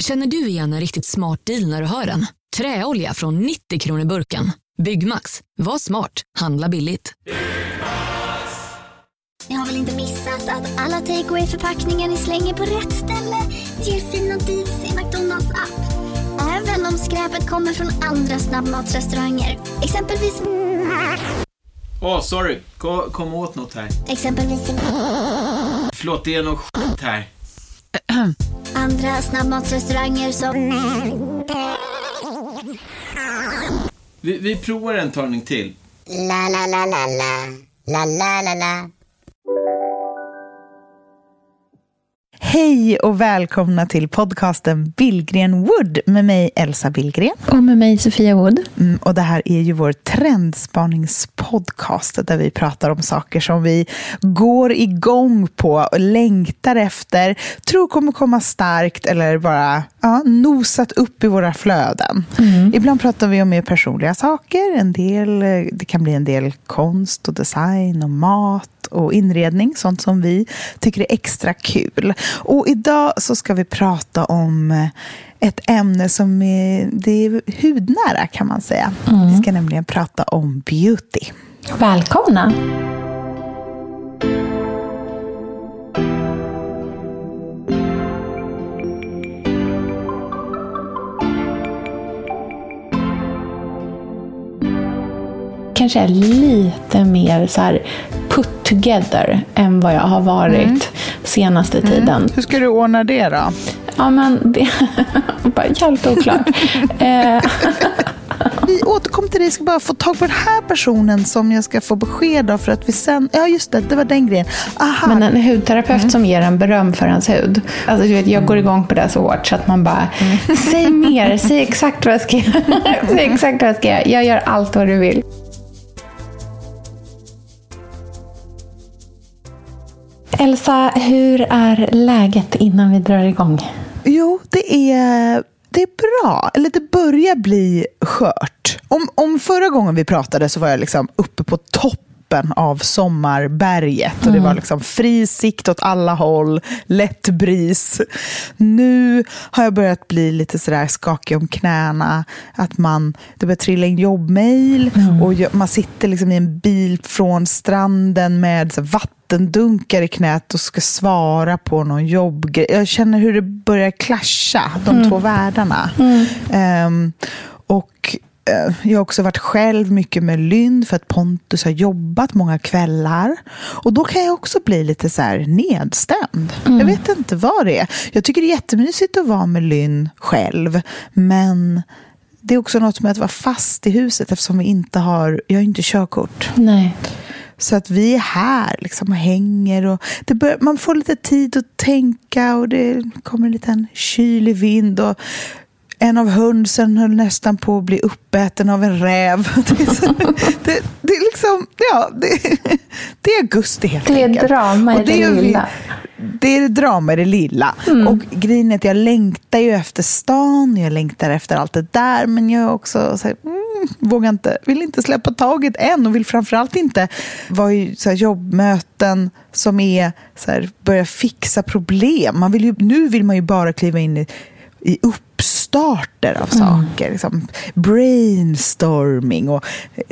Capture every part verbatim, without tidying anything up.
Känner du igen en riktigt smart deal när du hör den? Träolja från nittio kronor burken. Byggmax. Var smart. Handla billigt. Ni har väl inte missat att alla takeaway förpackningar ni slänger på rätt ställe ger fina deals i McDonalds app. Även om skräpet kommer från andra snabbmatsrestauranger. Exempelvis... Åh, oh, sorry. Kom, kom åt något här. Exempelvis... Förlåt, det är något skit här. Andra snabbmatsrestauranger som... Vi, vi provar en talning till. La la la la la. La la la la. Hej och välkomna till podcasten Billgren Wood med mig Elsa Billgren. Och med mig Sofia Wood. Mm, och det här är ju vår trendspaningspodcast där vi pratar om saker som vi går igång på och längtar efter, tror kommer komma starkt eller bara ja, nosat upp i våra flöden. Mm. Ibland pratar vi om mer personliga saker, en del, det kan bli en del konst och design och mat och inredning, sånt som vi tycker är extra kul. Och idag så ska vi prata om ett ämne som är, det är hudnära kan man säga. Mm. Vi ska nämligen prata om beauty. Välkomna! Kanske är lite mer så här put together än vad jag har varit mm. senaste mm. tiden. Hur ska du ordna det då? Ja, men det är bara helt oklart. Vi återkommer till det. Jag ska bara få tag på den här personen som jag ska få besked av för att vi sen... Ja, just det. Det var den grejen. Aha. Men en hudterapeut mm. som ger en beröm för hans hud. Alltså, du vet, jag går igång på det så hårt så att man bara... Mm. Säg mer. Säg exakt vad jag ska göra. Säg exakt vad jag ska göra. Jag gör allt vad du vill. Elsa, hur är läget innan vi drar igång? Jo, det är, det är bra. Eller det börjar bli skört. Om, om förra gången vi pratade så var jag liksom uppe på toppen av sommarberget. Och det var liksom fri sikt åt alla håll, lätt bris. Nu har jag börjat bli lite sådär skakig om knäna. Att man, det börjar trilla in jobbmail. Mm. Och man sitter liksom i en bil från stranden med så vatten. Den dunkar i knät och ska svara på någon jobbgrej. Jag känner hur det börjar clasha, de mm. två världarna. Mm. Um, och uh, jag har också varit själv mycket med Lynn för att Pontus har jobbat många kvällar. Och då kan jag också bli lite så här nedstämd. Mm. Jag vet inte vad det är. Jag tycker det är jättemysigt att vara med Lynn själv. Men... det är också något med att vara fast i huset eftersom vi inte har, jag har inte körkort. Nej. Så att vi är här liksom och hänger och det bör, man får lite tid att tänka och det kommer en liten kylig vind och en av hönsen höll nästan på att bli uppäten av en räv. Det är, så, det, det är liksom, ja, det, det är augusti helt det är enkelt. Drama i det, det lilla. Det är drama i det lilla. Mm. Och grejen är att jag längtar ju efter stan, jag längtar efter allt det där, men jag också så här, mm, vågar inte, vill inte släppa taget än och vill framförallt inte vara i så här jobbmöten som är så här, börja fixa problem. Man vill ju, nu vill man ju bara kliva in i, i uppstarter av saker. Mm. Liksom brainstorming och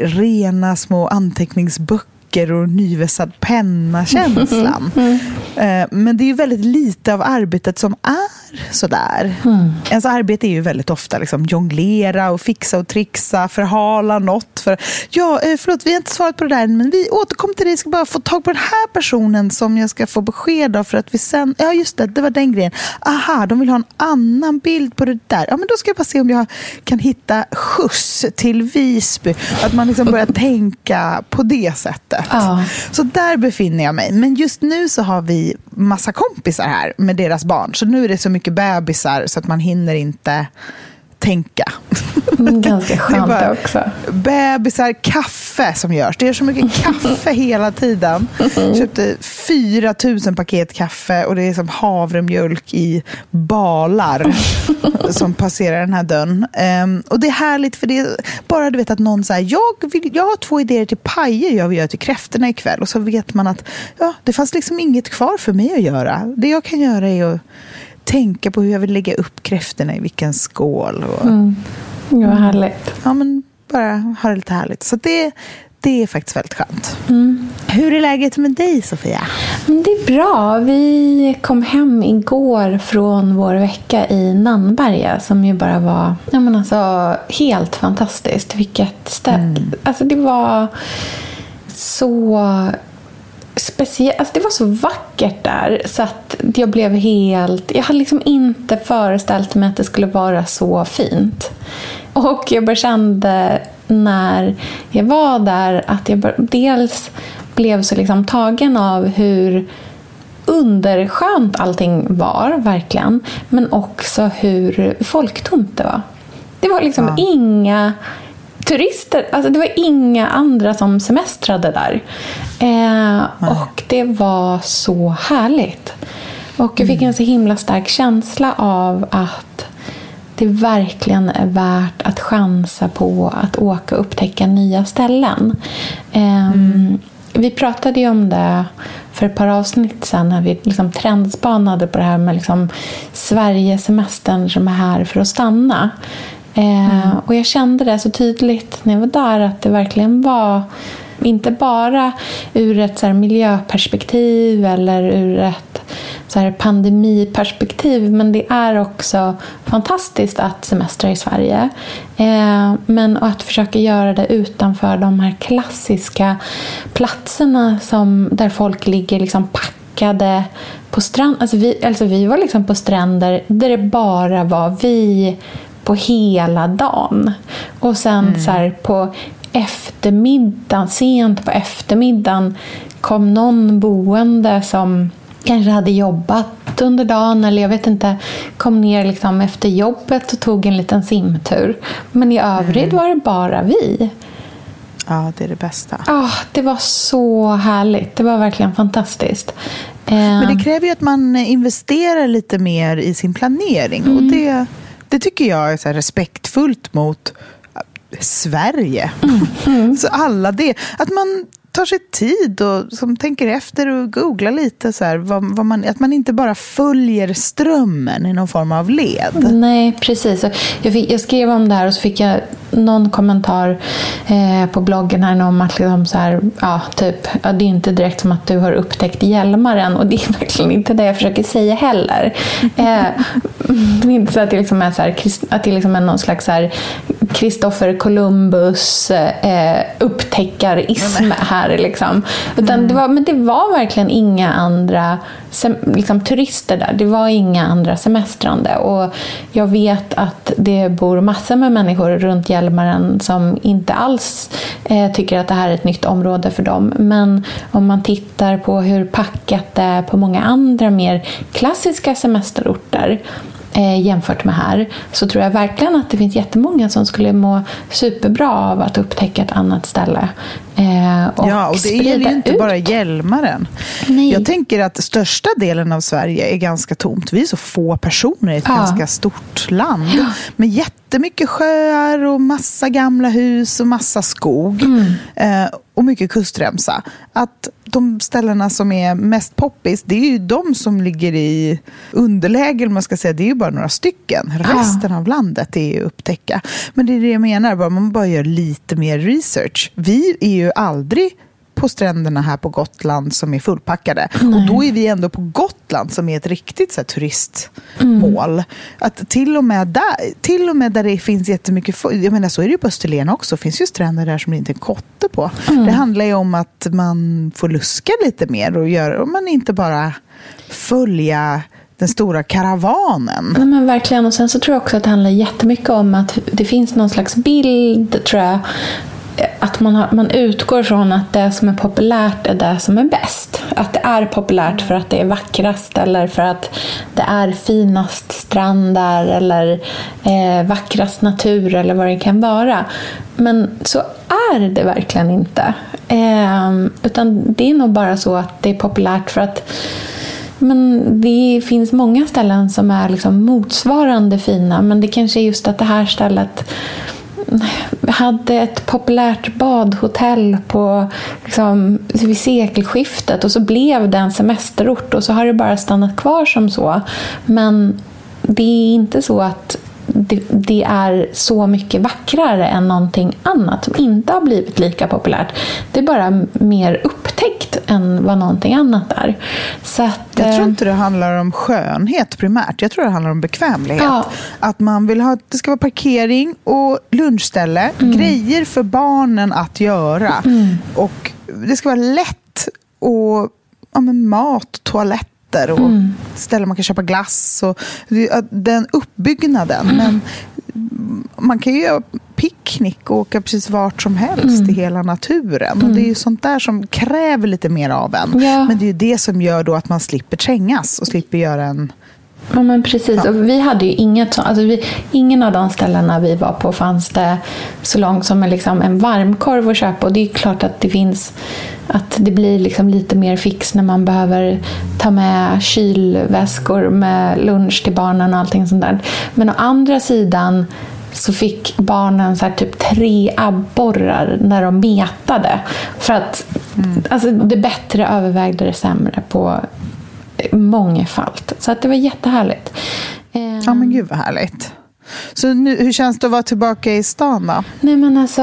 rena små anteckningsböcker och nyvässad penna-känslan. Mm. Mm. Men det är ju väldigt lite av arbetet som är sådär. Mm. Ens arbete är ju väldigt ofta liksom jonglera och fixa och trixa, förhala något. För, ja, förlåt, vi har inte svarat på det där, men vi återkommer till det. Jag ska bara få tag på den här personen som jag ska få besked av för att vi sen... Ja, just det, det var den grejen. Aha, de vill ha en annan bild på det där. Ja, men då ska jag bara se om jag kan hitta skjuts till Visby. Att man liksom börjar tänka på det sättet. Ja. Så där befinner jag mig. Men just nu så har vi massa kompisar här med deras barn. Så nu är det så mycket bebisar så att man hinner inte tänka. Ganska skönt också. Bebisar, kaffe som görs. Det är så mycket kaffe hela tiden. Jag köpte fyra tusen paket kaffe och det är som havremjölk i balar som passerar den här dörren. Um, och det är härligt för det är bara du vet att någon säger jag, vill, jag har två idéer till pajer jag vill göra till kräftorna ikväll. Och så vet man att ja, det fanns liksom inget kvar för mig att göra. Det jag kan göra är att tänka på hur jag vill lägga upp kräftorna i vilken skål. Och, mm. Det var härligt. Ja, men bara ha det lite härligt. Så det, det är faktiskt väldigt skönt. Mm. Hur är läget med dig, Sofia? Men det är bra. Vi kom hem igår från vår vecka i Nannberga som ju bara var ja, men alltså, helt fantastiskt. Vilket ställe. Mm. Alltså det var så speciellt. Alltså det var så vackert där så att jag blev helt... Jag hade liksom inte föreställt mig att det skulle vara så fint. Och jag bara kände när jag var där att jag bara, dels blev så liksom tagen av hur underskönt allting var, verkligen. Men också hur folktomt det var. Det var liksom ja. inga turister, alltså det var inga andra som semestrade där. Eh, och det var så härligt. Och jag fick en så himla stark känsla av att det verkligen är värt att chansa på att åka och upptäcka nya ställen. Eh, mm. Vi pratade ju om det för ett par avsnitt sedan när vi liksom trendspanade på det här med liksom Sverigesemestern som är här för att stanna. Eh, mm. Och jag kände det så tydligt när jag var där att det verkligen var inte bara ur ett så här miljöperspektiv eller ur ett så här pandemiperspektiv, men det är också fantastiskt att semestra i Sverige. Eh, men att försöka göra det utanför de här klassiska platserna som, där folk ligger liksom packade på strand. Alltså vi, alltså vi var liksom på stränder där det bara var vi på hela dagen. Och sen mm. så här på eftermiddagen, sent på eftermiddagen kom någon boende som kanske hade jobbat under dagen eller jag vet inte, kom ner liksom efter jobbet och tog en liten simtur. Men i övrigt mm. var det bara vi. Ja, det är det bästa. Ja, det var så härligt. Det var verkligen fantastiskt. Men det kräver ju att man investerar lite mer i sin planering. Mm. Och det, det tycker jag är så här respektfullt mot Sverige. Mm. Mm. Så alla det. Att man tar sig tid och som tänker efter och googlar lite så här, vad, vad man, att man inte bara följer strömmen i någon form av led. Nej, precis. Jag, fick, jag skrev om det här och så fick jag någon kommentar eh, på bloggen här om att liksom så här, ja, typ, ja, det är inte direkt som att du har upptäckt Hjälmaren och det är verkligen inte det jag försöker säga heller. Eh, det är inte så att det liksom är så här, att det liksom är någon slags så här Christopher Columbus eh, upptäckarism här liksom. Utan mm. det var, men det var verkligen inga andra sem, liksom, turister där. Det var inga andra semestrande. Och jag vet att det bor massor med människor runt Hjälmaren som inte alls eh, tycker att det här är ett nytt område för dem. Men om man tittar på hur packat det är på många andra mer klassiska semesterorter Eh, jämfört med här, så tror jag verkligen att det finns jättemånga som skulle må superbra av att upptäcka ett annat ställe. Eh, och ja, och det gäller ju inte ut. bara Hjälmaren. Nej. Jag tänker att största delen av Sverige är ganska tomt. Vi är så få personer i ett ja. ganska stort land. Ja. Med jättemycket sjöar och massa gamla hus och massa skog. Mm. Eh, och mycket kustremsa. Att de ställena som är mest poppis, det är ju de som ligger i underläge, man ska säga. Det är ju bara några stycken. Resten ja. av landet är ju upptäcka. Men det är det jag menar, bara man bara gör lite mer research. Vi är ju aldrig på stränderna här på Gotland som är fullpackade. Nej. Och då är vi ändå på Gotland som är ett riktigt så här, turistmål. Mm. Att till och med där, till och med där det finns jättemycket, jag menar så är det ju på Österlen också, det finns ju stränder där som det inte är en kotte på. Mm. Det handlar ju om att man får luska lite mer och göra, och man inte bara följa den stora karavanen. Nej, men verkligen, och sen så tror jag också att det handlar jättemycket om att det finns någon slags bild, tror jag, att man, har, man utgår från att det som är populärt är det som är bäst. Att det är populärt för att det är vackrast eller för att det är finast stränder eller eh, vackrast natur eller vad det kan vara. Men så är det verkligen inte. Eh, utan det är nog bara så att det är populärt för att men det finns många ställen som är liksom motsvarande fina, men det kanske är just att det här stället hade ett populärt badhotell på, liksom, vid sekelskiftet och så blev det en semesterort och så har det bara stannat kvar som så. Men det är inte så att det, det är så mycket vackrare än någonting annat som inte har blivit lika populärt. Det är bara mer upptäckt än vad någonting annat är. Så att, jag tror inte det handlar om skönhet primärt. Jag tror det handlar om bekvämlighet. Ja. Att man vill ha, det ska vara parkering och lunchställe. Mm. Grejer för barnen att göra. Mm. Och det ska vara lätt och ja, med mat, toalett och mm. ställen man kan köpa glass och den uppbyggnaden. Mm. Men man kan ju göra picknick och åka precis vart som helst mm. i hela naturen. Mm. Och det är ju sånt där som kräver lite mer av en. Ja. Men det är ju det som gör då att man slipper trängas och slipper göra en... Ja, men precis. Ja. Och vi hade ju inget sånt. Alltså vi, ingen av de ställena vi var på fanns det så långt som en, liksom, en varmkorv att köpa. Och det är klart att det finns... Att det blir liksom lite mer fix när man behöver ta med kylväskor med lunch till barnen och allting sånt där. Men å andra sidan så fick barnen så här typ tre abborrar när de metade. För att mm. alltså, det bättre övervägde det sämre på mångfalt. Så att det var jättehärligt. Ja men gud vad härligt. Så nu, hur känns det att vara tillbaka i stan då? Nej men alltså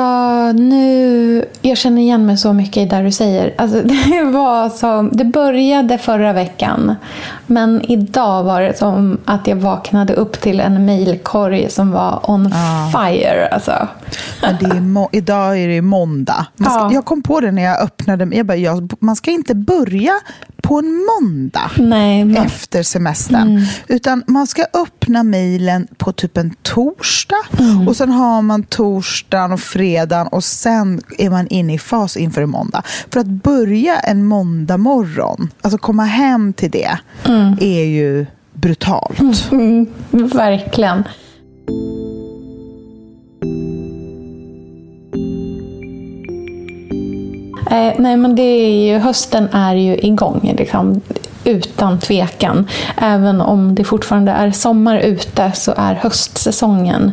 nu, jag känner igen mig så mycket i det du säger. Alltså, det var som, det började förra veckan. Men idag var det som att jag vaknade upp till en mejlkorg som var on ah. fire. Alltså. Men det är må- idag är det måndag. Man ska, ah. Jag kom på det när jag öppnade. Jag bara, jag, man ska inte börja på en måndag Nej, men... efter semestern. Mm. Utan man ska öppna mejlen på typ en torsdag. Mm. Och sen har man torsdagen och fredagen. Och sen är man inne i fas inför en måndag. För att börja en måndag morgon, alltså komma hem till det, mm. är ju brutalt. Mm. Verkligen. Eh, nej men det är ju, hösten är ju igång liksom, utan tvekan. Även om det fortfarande är sommar ute så är höstsäsongen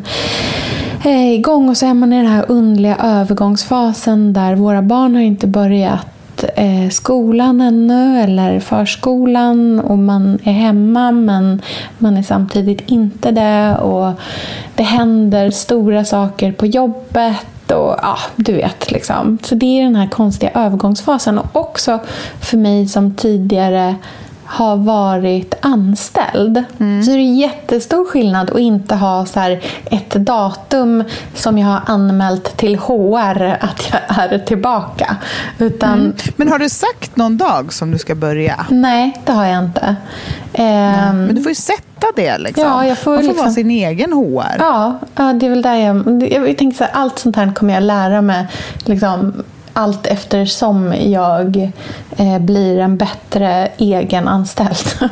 eh, igång. Och så är man i den här underliga övergångsfasen där våra barn har inte börjat eh, skolan ännu eller förskolan och man är hemma men man är samtidigt inte det och det händer stora saker på jobbet. Och ja, du vet liksom. Så det är den här konstiga övergångsfasen. Och också för mig som tidigare har varit anställd. Mm. Så är det jättestor skillnad att inte ha så här ett datum som jag har anmält till H R att jag är tillbaka. Utan... Mm. Men har du sagt någon dag som du ska börja? Nej, det har jag inte. Mm. Men du får ju sätta det liksom. Ja, jag får Man får liksom... vara sin egen H R. Ja, ja, det är väl där jag... Jag tänker så här, allt sånt här kommer jag lära mig liksom... allt eftersom jag eh, blir en bättre egenanställd.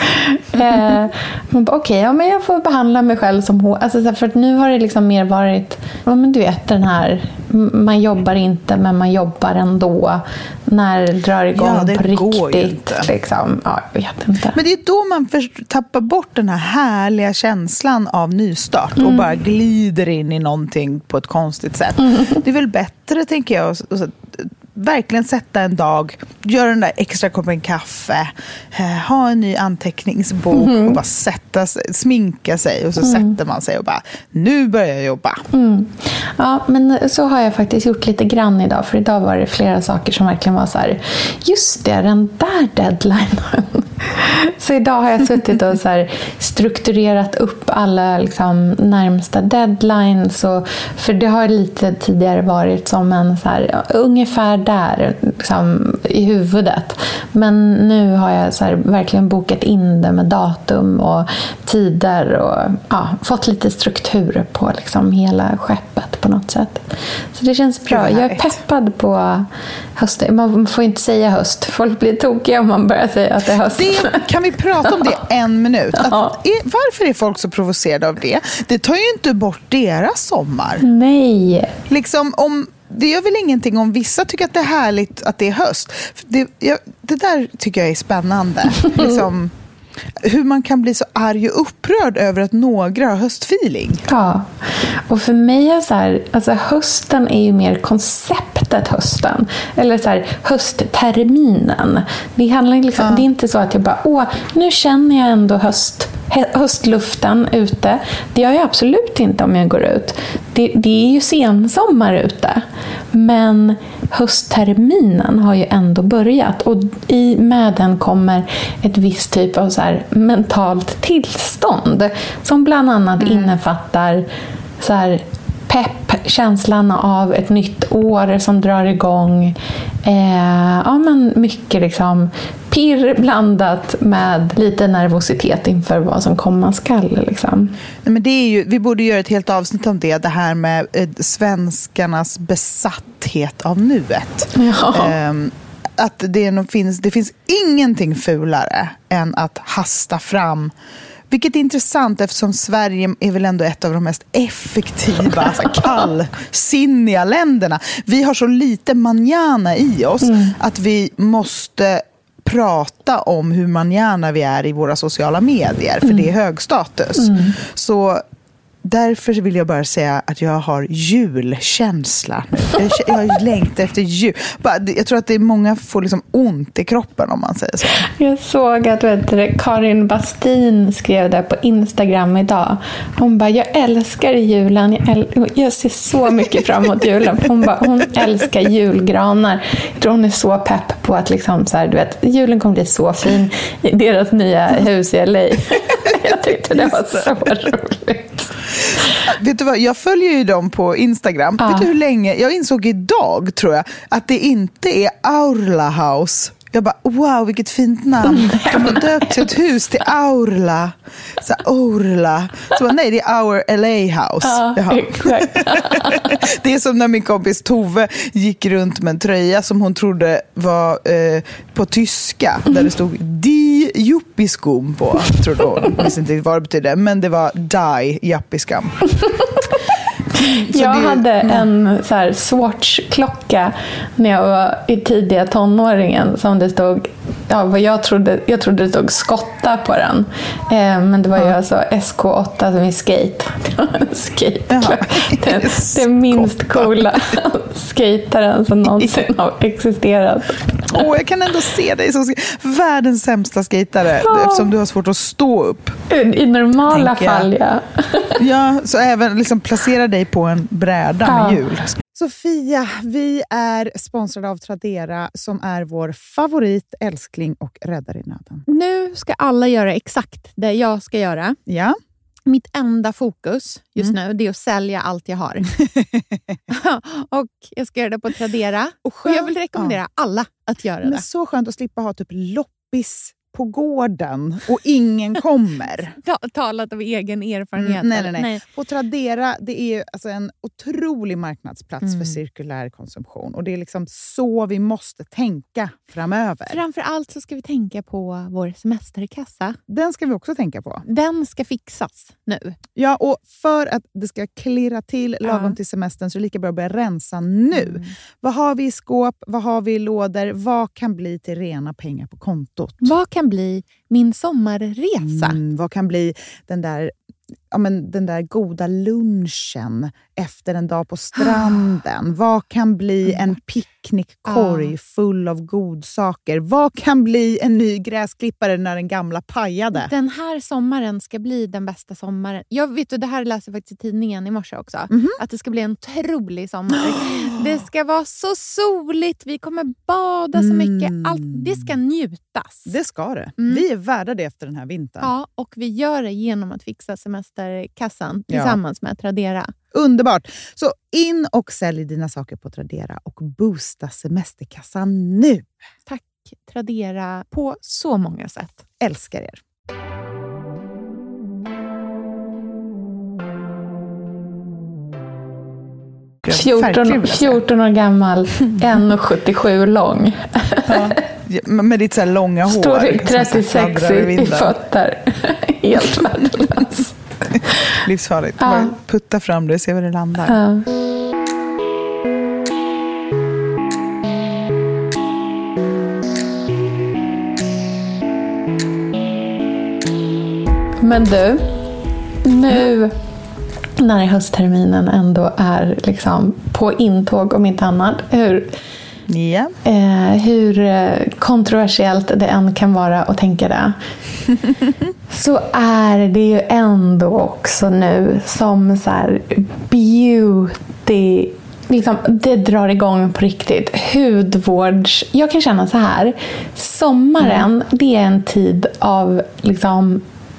eh, Okej, okay, ja, men jag får behandla mig själv som H R. Alltså, för att nu har det liksom mer varit, ja, men du vet den här, man jobbar inte men man jobbar ändå. När det drar igång ja, det på riktigt. Liksom. Ja, jag vet inte. Men det är då man först tappar bort den här härliga känslan av nystart mm. och bara glider in i någonting på ett konstigt sätt. Mm. Det är väl bättre, tänker jag, att verkligen sätta en dag, göra den där extra koppen kaffe, eh, ha en ny anteckningsbok mm. och bara sätta sig, sminka sig och så mm. sätter man sig och bara, nu börjar jag jobba. Mm. Ja, men så har jag faktiskt gjort lite grann idag, för idag var det flera saker som verkligen var så här, just det, den där deadlinen. Så idag har jag suttit och så här strukturerat upp alla liksom närmsta deadlines. Och, för det har lite tidigare varit som en så här, ja, ungefär där liksom, i huvudet. Men nu har jag så här, verkligen bokat in det med datum och tider. Och ja, fått lite struktur på liksom, hela skeppet på något sätt. Så det känns bra. Jag är peppad på hösten. Man får inte säga höst. Folk blir tokiga om man börjar säga att det är höst. Det, kan vi prata om det en minut? Att, är, varför är folk så provocerade av det? Det tar ju inte bort deras sommar. Nej. Liksom om... Det gör väl ingenting om vissa tycker att det är härligt att det är höst. Det, jag, det där tycker jag är spännande. liksom, hur man kan bli så arg och upprörd över att några har höstfeeling. Ja, och för mig är så här, alltså hösten är ju mer konceptet hösten. Eller så här, höstterminen. Det handlar liksom, ja. Det är inte så att jag bara, åh, nu känner jag ändå höst, höstluften ute. Det gör jag absolut inte om jag går ut. Det, det är ju sensommar ute. Men höstterminen har ju ändå börjat. Och i, med den kommer ett visst typ av så här mentalt tillstånd. Som bland annat mm. innefattar så här pepp, känslan av ett nytt år som drar igång. Eh, ja, men mycket liksom pirr blandat med lite nervositet inför vad som komma skall. Liksom. Nej, men det är ju, vi borde göra ett helt avsnitt om det. Det här med eh, svenskarnas besatthet av nuet. Ja. Eh, att det, nog finns, det finns ingenting fulare än att hasta fram. Vilket är intressant eftersom Sverige är väl ändå ett av de mest effektiva, alltså kallsinniga länderna. Vi har så lite manjana i oss mm. att vi måste prata om hur manjana vi är i våra sociala medier. För mm. det är hög status. Mm. Så därför vill jag bara säga att jag har julkänsla nu. Jag, jag längtar efter jul. Jag tror att det är många som får liksom ont i kroppen om man säger så. Jag såg att vet du, Karin Bastin skrev där på Instagram idag. Hon bara, jag älskar julen. Jag, äl- jag ser så mycket fram emot julen. Hon bara, hon älskar julgranar. Jag tror hon är så pepp på att liksom så här, du vet, julen kommer bli så fin i deras nya hus i L A. Jag tyckte det var så roligt. Vet du vad, jag följer ju dem på Instagram. Ja. Vet du hur länge, jag insåg idag tror jag att det inte är Aurla House. Jag bara, wow, vilket fint namn. De har döpt sitt hus till Aurla. Så Aurla. Så bara, nej, det är Our L A House. Ja, exakt. Det är som när min kompis Tove gick runt med en tröja som hon trodde var eh, på tyska. Där det stod Die Juppiskam på. Trodde hon. Jag visste inte vad det betydde. Men det var Die Juppiskam. Jag det, hade mm. en så här Swatch-klocka när jag var i tidiga tonåringen som det stod, ja, vad jag trodde, jag trodde det stod skotta på den. Eh, men det var ju ja. alltså S K åtta som är skate. Skate. Den, den minst coola skataren som någonsin har existerat. Åh, oh, jag kan ändå se dig som världens sämsta skatare ja. eftersom du har svårt att stå upp. I normala fall, ja. Ja, så även liksom placera dig på en bräda ja. med hjul. Sofia, vi är sponsrade av Tradera som är vår favorit, älskling och räddare i nöden. Nu ska alla göra exakt det jag ska göra. Ja. Mitt enda fokus just mm. nu det är att sälja allt jag har. Och jag ska göra det på Tradera. Och, skönt, och jag vill rekommendera ja. alla att göra det. Men så skönt att slippa ha typ loppis på gården och ingen kommer. Talat av egen erfarenhet. Mm, nej, nej, nej. nej. På Tradera, det är alltså en otrolig marknadsplats mm. för cirkulär konsumtion. Och det är liksom så vi måste tänka framöver. Framför allt så ska vi tänka på vår semesterkassa. Den ska vi också tänka på. Den ska fixas nu. Ja, och för att det ska klirra till lagom ja. till semestern så är det lika bra att börja rensa nu. Mm. Vad har vi i skåp? Vad har vi i lådor? Vad kan bli till rena pengar på kontot? Vad kan bli min sommarresa? Mm, vad kan bli den där, ja, men den där goda lunchen efter en dag på stranden? Vad kan bli en picknickkorg full av godsaker? Vad kan bli en ny gräsklippare när den gamla pajade? Den här sommaren ska bli den bästa sommaren. Jag vet, och det här läser jag faktiskt i tidningen i morse också. Mm-hmm. Att det ska bli en otrolig sommar. Det ska vara så soligt. Vi kommer bada så mycket. Allt, det ska njutas. Det ska det. Mm. Vi är värda det efter den här vintern. Ja, och vi gör det genom att fixa semesterkassan tillsammans ja. med Tradera. Underbart! Så in och sälj dina saker på Tradera och boosta semesterkassan nu. Tack Tradera på så många sätt. Älskar er. fjorton, fjorton år gammal, en komma sjuttiosju lång. Ja, med ditt så här långa hår. Står trettiosex i, i fötter. Helt värdelös. Livsfarligt. Ja. Bara putta fram det och se var det landar. Ja. Men du, nu när höstterminen ändå är liksom på intåg om inte annat, hur, yeah. eh, hur kontroversiellt det än kan vara att tänka det, så är det ju ändå också nu som så här beauty, liksom, det drar igång på riktigt. Hudvårds... Jag kan känna så här, sommaren, mm. det är en tid av liksom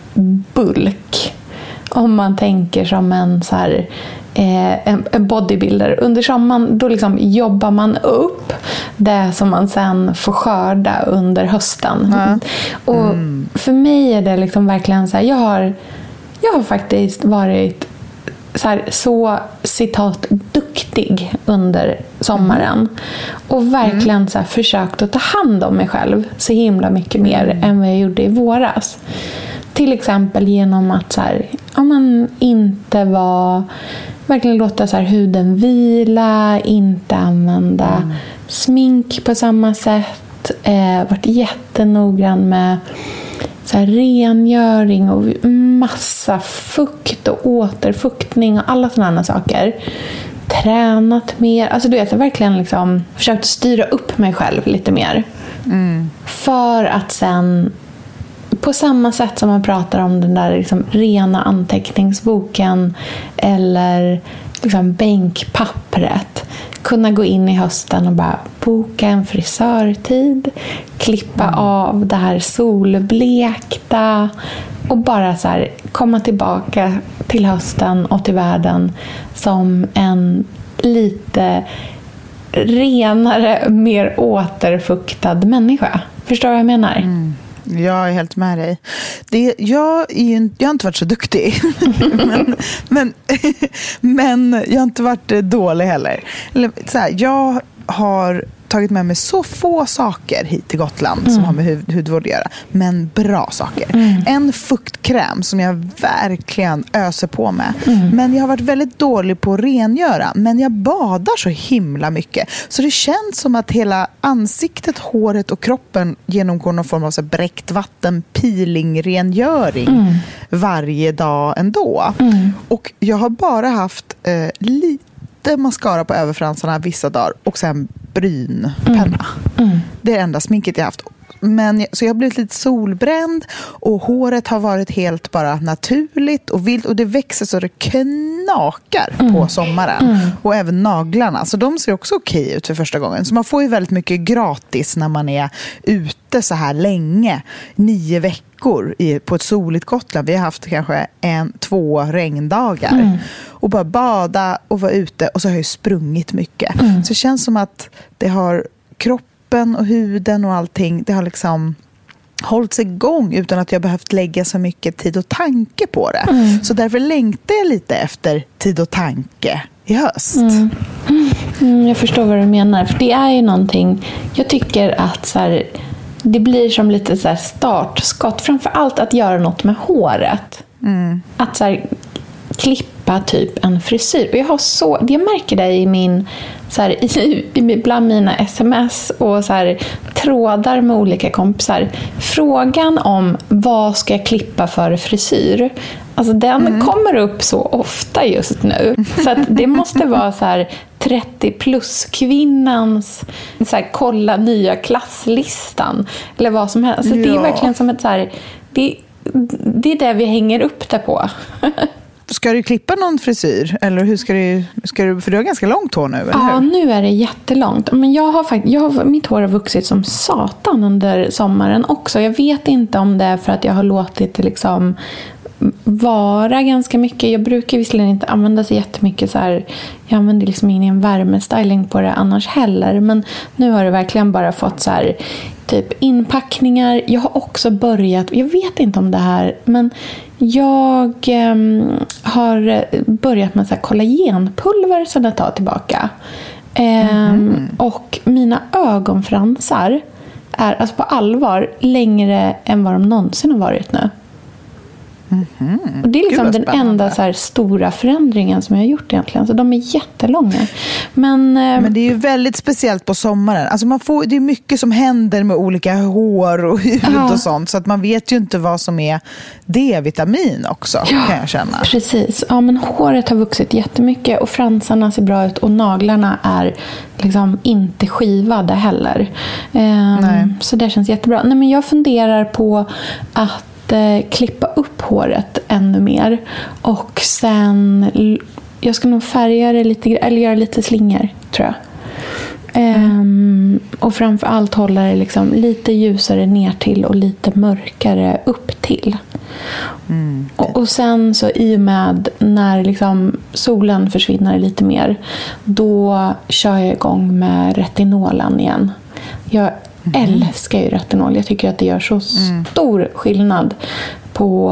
bulk. Om man tänker som en så här, eh, en, en bodybuilder. Under sommaren då liksom jobbar man upp det som man sen får skörda under hösten. Mm. Och mm. för mig är det liksom verkligen så här, jag har, jag har faktiskt varit så, här, så citat duktig under sommaren. Mm. Och verkligen mm. så här, försökt att ta hand om mig själv så himla mycket mer mm. än vad jag gjorde i våras. Till exempel genom att så här, om man inte var, verkligen låta så här, huden vila, inte använda mm. smink på samma sätt, eh, varit jättenoggrann med så här, rengöring och massa fukt och återfuktning och alla sådana saker. Tränat mer, alltså du vet, jag verkligen liksom försökt styra upp mig själv lite mer. Mm. För att sen på samma sätt som man pratar om den där liksom rena anteckningsboken eller liksom bänkpappret, kunna gå in i hösten och bara boka en frisörtid, klippa mm. av det här solblekta och bara så här komma tillbaka till hösten och till världen som en lite renare, mer återfuktad människa. Förstår du vad jag menar? Mm. Jag är helt med dig. Det, jag, är ju, jag har inte varit så duktig. men, men, men jag har inte varit dålig heller. Så här, jag har tagit med mig så få saker hit till Gotland mm. som har med hud, hudvård att göra. Men bra saker. Mm. En fuktkräm som jag verkligen öser på med. Mm. Men jag har varit väldigt dålig på att rengöra. Men jag badar så himla mycket. Så det känns som att hela ansiktet, håret och kroppen genomgår någon form av så bräckt vatten, peeling, rengöring mm. varje dag ändå. Mm. Och jag har bara haft eh, lite mascara på överfransarna vissa dagar och sen brynpenna. Mm. Mm. Det är det enda sminket jag haft. Men, så jag har blivit lite solbränd och håret har varit helt bara naturligt och vilt och det växer så det knakar mm. på sommaren. Mm. Och även naglarna. Så de ser också okej ut för första gången. Så man får ju väldigt mycket gratis när man är ute så här länge. Nio veckor i, på ett soligt Gotland. Vi har haft kanske en, två regndagar. Mm. Och bara bada och vara ute. Och så har jag ju sprungit mycket. Mm. Så det känns som att det har kroppen och huden och allting, det har liksom hållit sig igång utan att jag behövt lägga så mycket tid och tanke på det. Mm. Så därför längtar jag lite efter tid och tanke i höst. Mm. Mm, jag förstår vad du menar. För det är ju någonting, jag tycker att så här, det blir som lite så här startskott. Framförallt att göra något med håret. Mm. Att så här, klippa typ en frisyr. Och jag har så, jag märker det i min så här, i, i, bland mina sms och så här, trådar med olika kompisar. Frågan om vad ska jag klippa för frisyr, alltså den mm. kommer upp så ofta just nu. Så att det måste vara så här trettio plus kvinnans så här, kolla nya klasslistan eller vad som helst. Så ja. Det är verkligen som ett så här, det, det är det vi hänger upp det på. Ska du klippa någon frisyr? Eller hur ska du, ska du, för du har ganska långt hår nu, eller Ja, hur? Nu är det jättelångt. Men jag har faktiskt, jag har, mitt hår har vuxit som satan under sommaren också. Jag vet inte om det är för att jag har låtit det liksom vara ganska mycket. Jag brukar visserligen inte använda så jättemycket så här, jag använder liksom ingen värmestyling på det annars heller. Men nu har det verkligen bara fått så här typ inpackningar. Jag har också börjat, jag vet inte om det här, men jag eh, har börjat med så här kollagenpulver sedan ett tag tillbaka. Eh, mm. Och mina ögonfransar är alltså på allvar längre än vad de någonsin har varit nu. Mm-hmm. Och det är liksom den enda så här stora förändringen som jag har gjort egentligen. Så de är jättelånga. Men, Men det är ju väldigt speciellt på sommaren. Alltså man får, det är mycket som händer med olika hår och hud ja. och sånt. Så att man vet ju inte vad som är D-vitamin också, ja, kan jag känna. Precis. Ja, men håret har vuxit jättemycket och fransarna ser bra ut och naglarna är liksom inte skivade heller. Um, Nej. Så det känns jättebra. Nej, men jag funderar på att klippa upp håret ännu mer och sen jag ska nog färga det lite eller göra lite slingor tror jag. Mm. Um, och framförallt hålla det liksom lite ljusare ner till och lite mörkare upp till. Mm. Och, och sen så i och med när liksom solen försvinner lite mer, då kör jag igång med retinolen igen. Jag Mm. älskar ju retinol. Jag tycker att det gör så mm. stor skillnad på,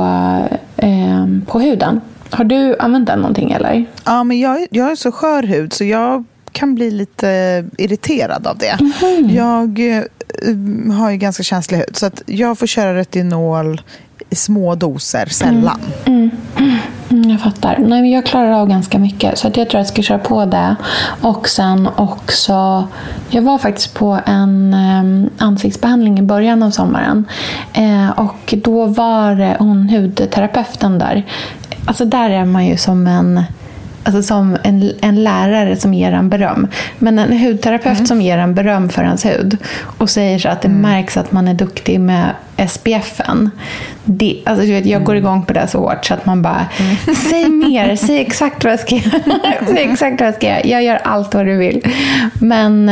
eh, på huden. Har du använt den någonting eller? Ja, men jag, jag har så skör hud så jag kan bli lite irriterad av det. Mm. Jag eh, har ju ganska känslig hud så att jag får köra retinol i små doser sällan. Mm. Mm. Mm, jag fattar. Nej, men jag klarar av ganska mycket så att jag tror att jag ska köra på det. Och sen också jag var faktiskt på en eh, ansiktsbehandling i början av sommaren eh, och då var det hon hudterapeuten där. Alltså där är man ju som en Alltså som en, en lärare som ger en beröm. Men en hudterapeut mm. som ger en beröm för hans hud och säger så att det mm. märks att man är duktig med S P F-en. Det, alltså, du vet, jag går igång på det så hårt så att man bara mm. säg mer, säg exakt vad jag ska göra. säg exakt vad jag ska göra. Jag gör allt vad du vill. Men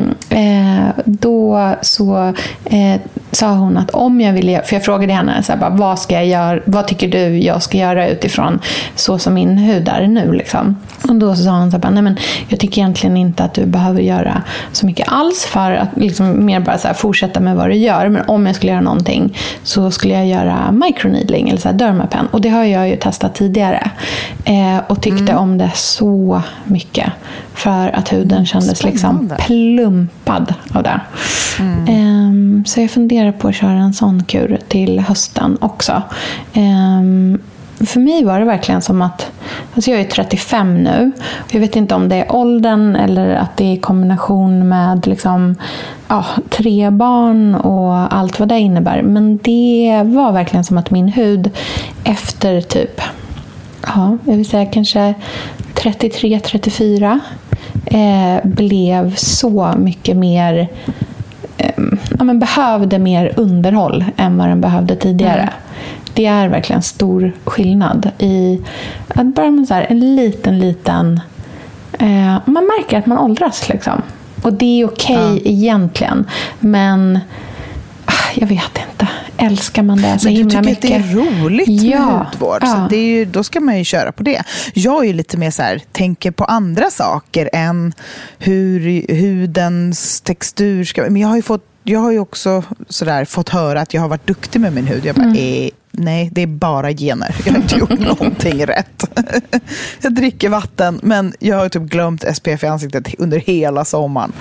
eh, då så eh, sa hon att om jag ville, för jag frågade henne så här, bara, vad ska jag göra, vad tycker du jag ska göra utifrån så som min hud är nu liksom. Och då så sa hon så här, nej men jag tycker egentligen inte att du behöver göra så mycket alls för att liksom mer bara så här, fortsätta med vad du gör, men om jag skulle göra någonting så skulle jag göra microneedling eller så här dermapen, och det har jag ju testat tidigare eh, och tyckte mm. om det så mycket för att huden kändes Spännande. liksom plumpad av det. Mm. Eh, så jag funderar på att köra en sån kur till hösten också. Eh, För mig var det verkligen som att, alltså jag är trettiofem nu, och jag vet inte om det är åldern eller att det är i kombination med liksom, ja, tre barn och allt vad det innebär. Men det var verkligen som att min hud efter typ, ja, jag vill säga kanske trettiotre trettiofyra eh, blev så mycket mer, eh, ja, men behövde mer underhåll än vad den behövde tidigare. Mm. Det är verkligen stor skillnad i att bara med så här en liten, liten... Eh, man märker att man åldras liksom. Och det är okej okay ja. egentligen. Men jag vet inte. Älskar man det så men himla mycket? Men du tycker att det är roligt ja. med hudvård. Ja. Så det är ju, då ska man ju köra på det. Jag är ju lite mer så här, tänker på andra saker än hur hudens textur ska... Men jag har ju fått Jag har ju också sådär fått höra att jag har varit duktig med min hud. Jag bara, mm. eh, nej, det är bara gener. Jag har inte gjort någonting rätt. Jag dricker vatten, men jag har typ glömt S P F i ansiktet under hela sommaren.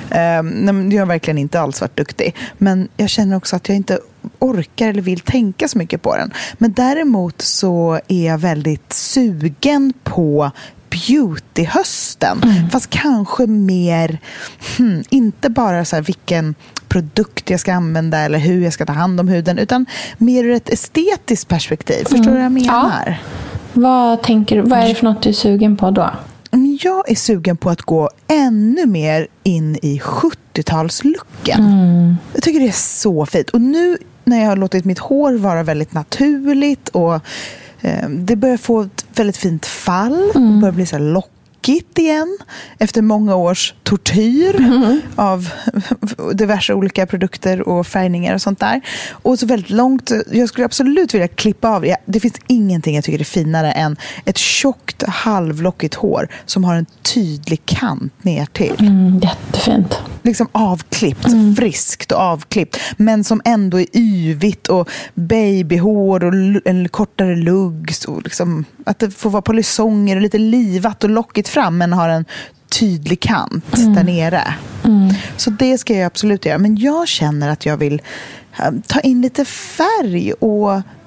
Mm. Um, jag har verkligen inte alls varit duktig. Men jag känner också att jag inte orkar eller vill tänka så mycket på den. Men däremot så är jag väldigt sugen på beauty-hösten. Mm. Fast kanske mer, hmm, inte bara så här vilken produkt jag ska använda eller hur jag ska ta hand om huden, utan mer ur ett estetiskt perspektiv. Förstår du mm. vad jag menar? Ja. Vad tänker du? Vad är det för något du är sugen på då? Jag är sugen på att gå ännu mer in i sjuttiotalslooken. Mm. Jag tycker det är så fint. Och nu när jag har låtit mitt hår vara väldigt naturligt och eh, det börjar få ett väldigt fint fall. Mm. Det börjar bli så här lockigt igen efter många års tortyr mm. av diverse olika produkter och färgningar och sånt där. Och så väldigt långt, jag skulle absolut vilja klippa av det. Det finns ingenting jag tycker är finare än ett tjockt halvlockigt hår som har en tydlig kant ner till. Mm, jättefint. Liksom avklippt, mm. friskt och avklippt, men som ändå är yvigt och babyhår och en kortare lugg, och liksom att det får vara polisonger och lite livat och lockigt fram, men har en tydlig kant mm. där nere. Mm. Så det ska jag absolut göra. Men jag känner att jag vill ta in lite färg och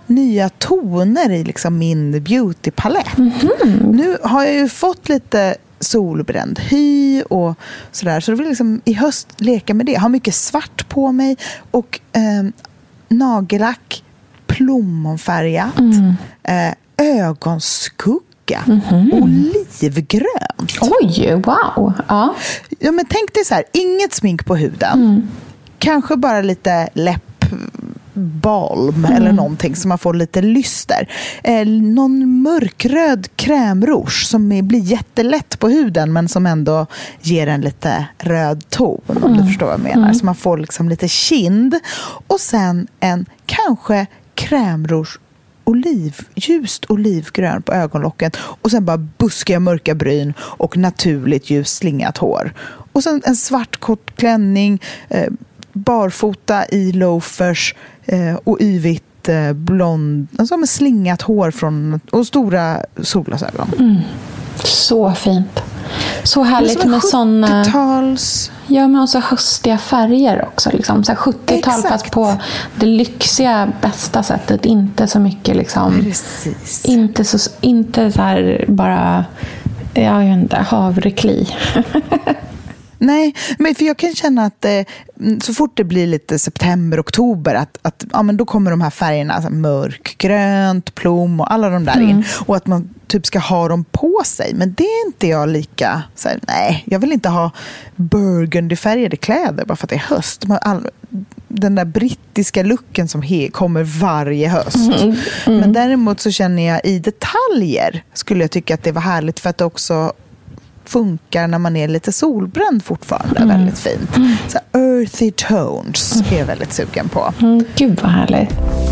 nya toner i liksom min beautypalett. Mm-hmm. Nu har jag ju fått lite solbränd hy och sådär. Så då vill jag liksom i höst leka med det. Jag har mycket svart på mig och eh, nagellack, plommonfärgat, mm. eh, ögonskugga, mm-hmm. olivgrönt. Oj, wow. Ja. Ja, men tänk dig så här, inget smink på huden. Mm. Kanske bara lite läppbalm mm. eller någonting så man får lite lyster. Eh, någon mörkröd krämrouge som är, blir jättelätt på huden men som ändå ger en lite röd ton, mm. om du förstår vad jag menar. Mm. Så man får liksom lite kind. Och sen en kanske krämrouge oliv, ljust olivgrön på ögonlocken och sen bara buskiga mörka bryn och naturligt ljust slingat hår. Och sen en svart kort klänning, eh, barfota i loafers eh, och yvigt eh, blond, alltså med slingat hår från, och stora solglasögon. Mm. Så fint. Så härligt med sådana sjuttio-tals... Ja, men också höstiga färger också. Liksom. Så här sjuttiotal Exakt. Fast på det lyxiga, bästa sättet. Inte så mycket liksom... Precis. Inte så, inte så här bara... Jag vet inte, havrekli. Nej, men för jag kan känna att eh, så fort det blir lite september, oktober att, att ja, men då kommer de här färgerna alltså mörkgrönt, plom och alla de där mm. in. Och att man typ ska ha dem på sig. Men det är inte jag lika så här, nej, jag vill inte ha burgundyfärgade kläder bara för att det är höst. All, den där brittiska looken som he, kommer varje höst. Mm. Mm. Men däremot så känner jag i detaljer skulle jag tycka att det var härligt för att det också funkar när man är lite solbränd fortfarande. Mm. Väldigt fint. Mm. Så earthy tones mm. är jag väldigt sugen på. Mm, gud vad härligt.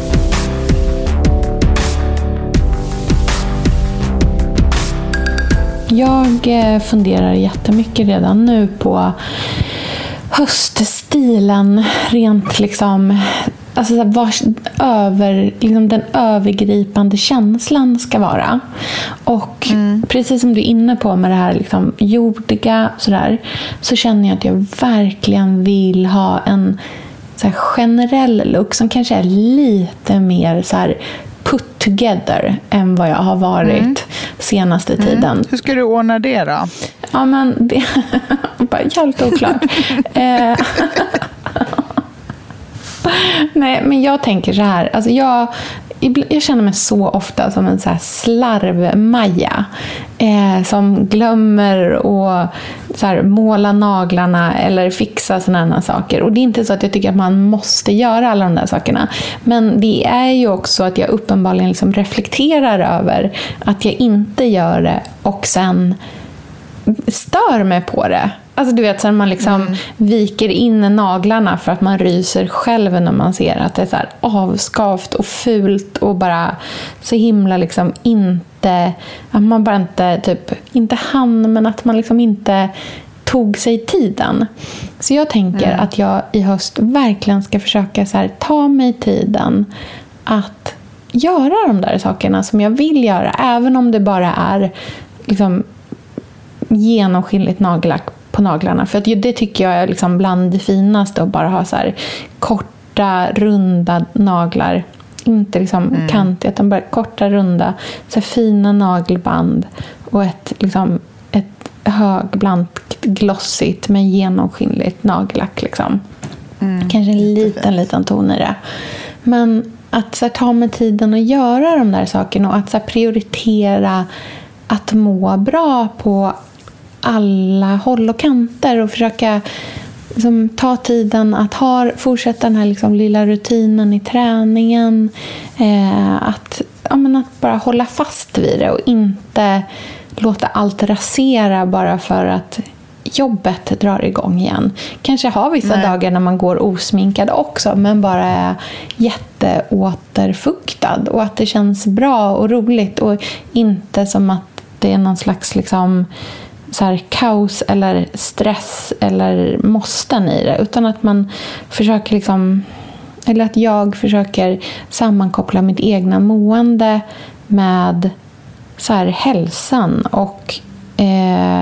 Jag funderar jättemycket redan nu på höststilen rent liksom, alltså så här, var över, liksom den övergripande känslan ska vara. Och mm. precis som du är inne på med det här liksom jordiga sådär, så känner jag att jag verkligen vill ha en så här generell look som kanske är lite mer så här put together än vad jag har varit mm. senaste mm. tiden. Hur ska du ordna det då? Ja, men det bara helt oklart. eh, Nej, men jag tänker så här. Alltså jag, jag känner mig så ofta som en så här slarvmaja eh, som glömmer och så här, måla naglarna eller fixa sådana här saker. Och det är inte så att jag tycker att man måste göra alla de där sakerna. Men det är ju också att jag uppenbarligen liksom reflekterar över att jag inte gör det och sen stör mig på det. Alltså du vet, sen man liksom mm. viker in naglarna för att man ryser själv när man ser att det är så här avskavt och fult och bara så himla liksom inte, att man bara inte typ, inte hann, men att man liksom inte tog sig tiden. Så jag tänker mm. att jag i höst verkligen ska försöka så här, ta mig tiden att göra de där sakerna som jag vill göra, även om det bara är liksom genomskinligt nagellack på naglarna. För att det tycker jag är liksom bland det finaste, att bara ha så här korta, runda naglar. Inte liksom mm. kantiga, utan bara korta, runda, så här fina nagelband och ett, liksom, ett högblant glossigt men genomskinligt nagellack. Liksom. Mm. Kanske en liten, liten ton i det. Men att så här, ta med tiden och göra de där sakerna och att så här, prioritera att må bra på alla håll och kanter och försöka liksom, ta tiden att ha, fortsätta den här liksom, lilla rutinen i träningen, eh, att, ja, men att bara hålla fast vid det och inte låta allt rasera bara för att jobbet drar igång igen. Kanske har vissa Nej. dagar när man går osminkad också, men bara är jätteåterfuktad och att det känns bra och roligt och inte som att det är någon slags liksom så här kaos eller stress eller måsten i det, utan att man försöker liksom, eller att jag försöker sammankoppla mitt egna mående med så här hälsan och eh,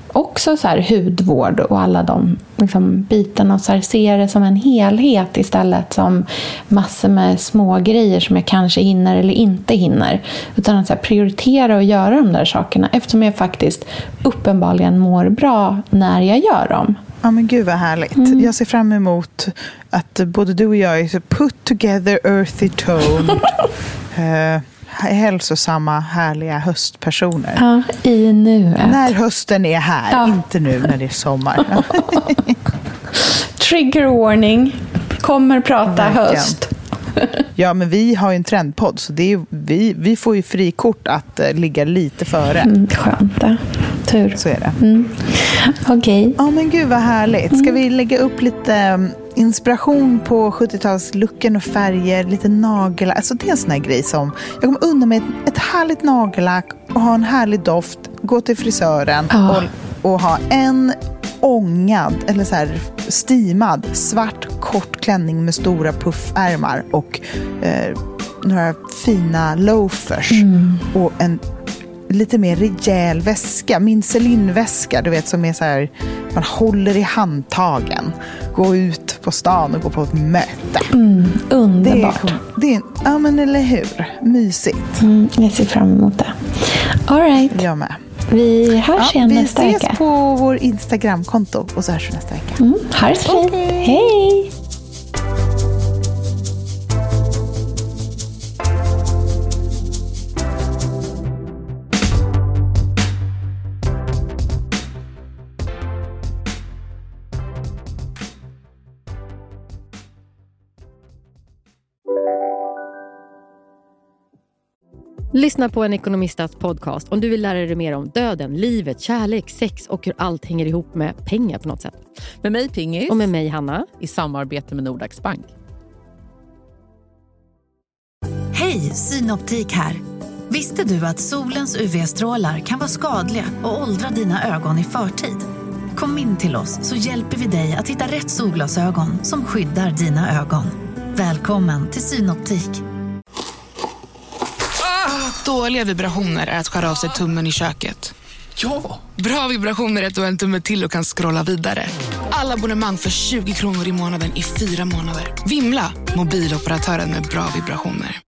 också så här hudvård och alla de liksom bitarna, och så här, se det som en helhet istället som massor med små grejer som jag kanske hinner eller inte hinner, utan att så här, prioritera och göra de där sakerna eftersom jag faktiskt uppenbarligen mår bra när jag gör dem. Ja, men gud vad härligt. Mm. Jag ser fram emot att både du och jag är så put together, earthy tone. uh, hälsosamma, härliga höstpersoner. Ja, i nuet. När hösten är här, ja. Inte nu när det är sommar. Trigger warning. Kommer prata Verkligen. höst. Ja, men vi har ju en trendpodd, så det är, vi, vi får ju frikort att uh, ligga lite före. Mm, skönt det. Tur. Så är det. Mm. Okej. Okay. Ja, men gud vad härligt. Ska vi lägga upp lite um, inspiration på sjuttiotalslucken och färger, lite nagellack. Alltså det är en sån här grej som jag kommer unna med ett, ett härligt nagellack och ha en härlig doft, gå till frisören oh. och, och ha en ångad eller så här stimad svart kort klänning med stora puffärmar och eh, några fina loafers mm. och en lite mer rejäl väska, min Celine-väska, du vet, som är så här, man håller i handtagen, gå ut på stan och gå på ett möte. Mm, underbart. Det är, det är, ja, men eller hur? Mysigt. Mm, jag ser fram emot det. All right. Jag med. Vi hörs ja, igen nästa vecka. Vi ses på vår Instagram-konto och så hörs vi nästa vecka. Mm, ha det så fint. Okay. Hej! Lyssna på en ekonomistats podcast om du vill lära dig mer om döden, livet, kärlek, sex och hur allt hänger ihop med pengar på något sätt. Med mig Pingis. Och med mig Hanna. I samarbete med Nordax Bank. Hej, Synoptik här. Visste du att solens U V-strålar kan vara skadliga och åldra dina ögon i förtid? Kom in till oss så hjälper vi dig att hitta rätt solglasögon som skyddar dina ögon. Välkommen till Synoptik. Dåliga vibrationer är att skära av sig tummen i köket. Ja! Bra vibrationer är att du har en tumme till och kan scrolla vidare. Alla abonnemang för tjugo kronor i månaden i fyra månader. Vimla, mobiloperatören med bra vibrationer.